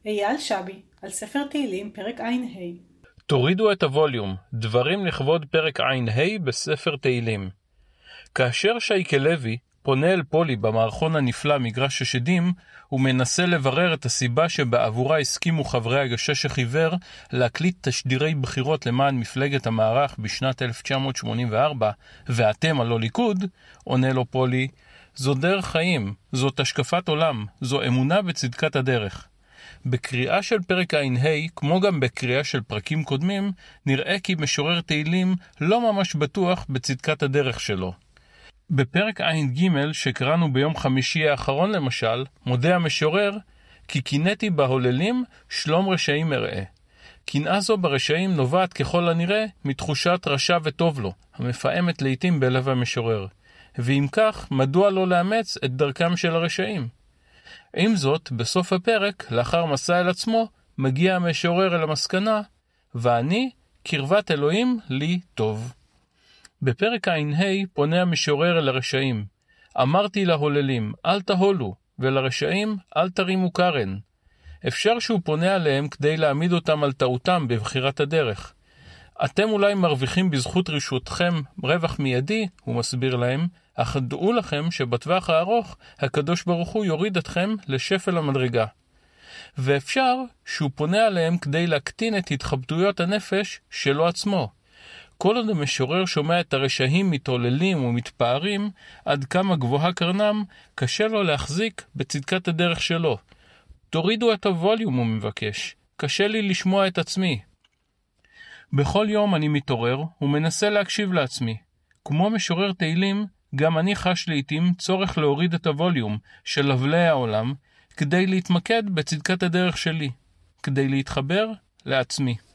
אייל שבי, על ספר תהילים, פרק ע"ה. תורידו את הווליום, דברים לכבוד פרק ע"ה בספר תהילים. כאשר שייקה לוי פונה אל פולי במערכון הנפלא מגרש השדים, הוא מנסה לברר את הסיבה שבעבורה הסכימו חברי הגשש החיוור להקליט תשדירי בחירות למען מפלגת המערך בשנת 1984, ואתם הלא ליכוד, עונה לו פולי, זו דרך חיים, זאת השקפת עולם, זו אמונה בצדקת הדרך. בקריאה של פרק ע"ה, כמו גם בקריאה של פרקים קודמים, נראה כי משורר תהילים לא ממש בטוח בצדקת הדרך שלו. בפרק ע"ג שקראנו ביום חמישי האחרון למשל, מודה המשורר כי קינאתי בהוללים שלום רשעים אראה. קנאה זו ברשעים נובעת ככל הנראה מתחושת רשע וטוב לו, המפעמת לעתים בלב המשורר. ואם כך, מדוע לא לאמץ את דרכם של הרשעים? עם זאת, בסוף הפרק, לאחר מסע אל עצמו, מגיע המשורר אל המסקנה, ואני, קרבת אלוהים, לי טוב. בפרק ע"ה פונה המשורר אל הרשעים. אמרתי להוללים, אל תהולו, ולרשעים, אל תרימו קרן. אפשר שהוא פונה עליהם כדי להעמיד אותם על טעותם בבחירת הדרך. אתם אולי מרוויחים בזכות רשותכם רווח מיידי, הוא מסביר להם, אך דעו לכם שבטווח הארוך הקדוש ברוך הוא יוריד אתכם לשפל המדרגה. ואפשר שהוא פונה עליהם כדי להקטין את התחבטויות הנפש שלו עצמו. כל עוד המשורר שומע את הרשעים מתעוללים ומתפארים, עד כמה גבוהה קרנם, קשה לו להחזיק בצדקת הדרך שלו. תורידו את הווליום, הוא מבקש. קשה לי לשמוע את עצמי. בכל יום אני מתעורר ומנסה להקשיב לעצמי. כמו משורר תהילים, גם אני חש לעתים צורך להוריד את הווליום של לבלי העולם, כדי להתמקד בצדקת הדרך שלי, כדי להתחבר לעצמי.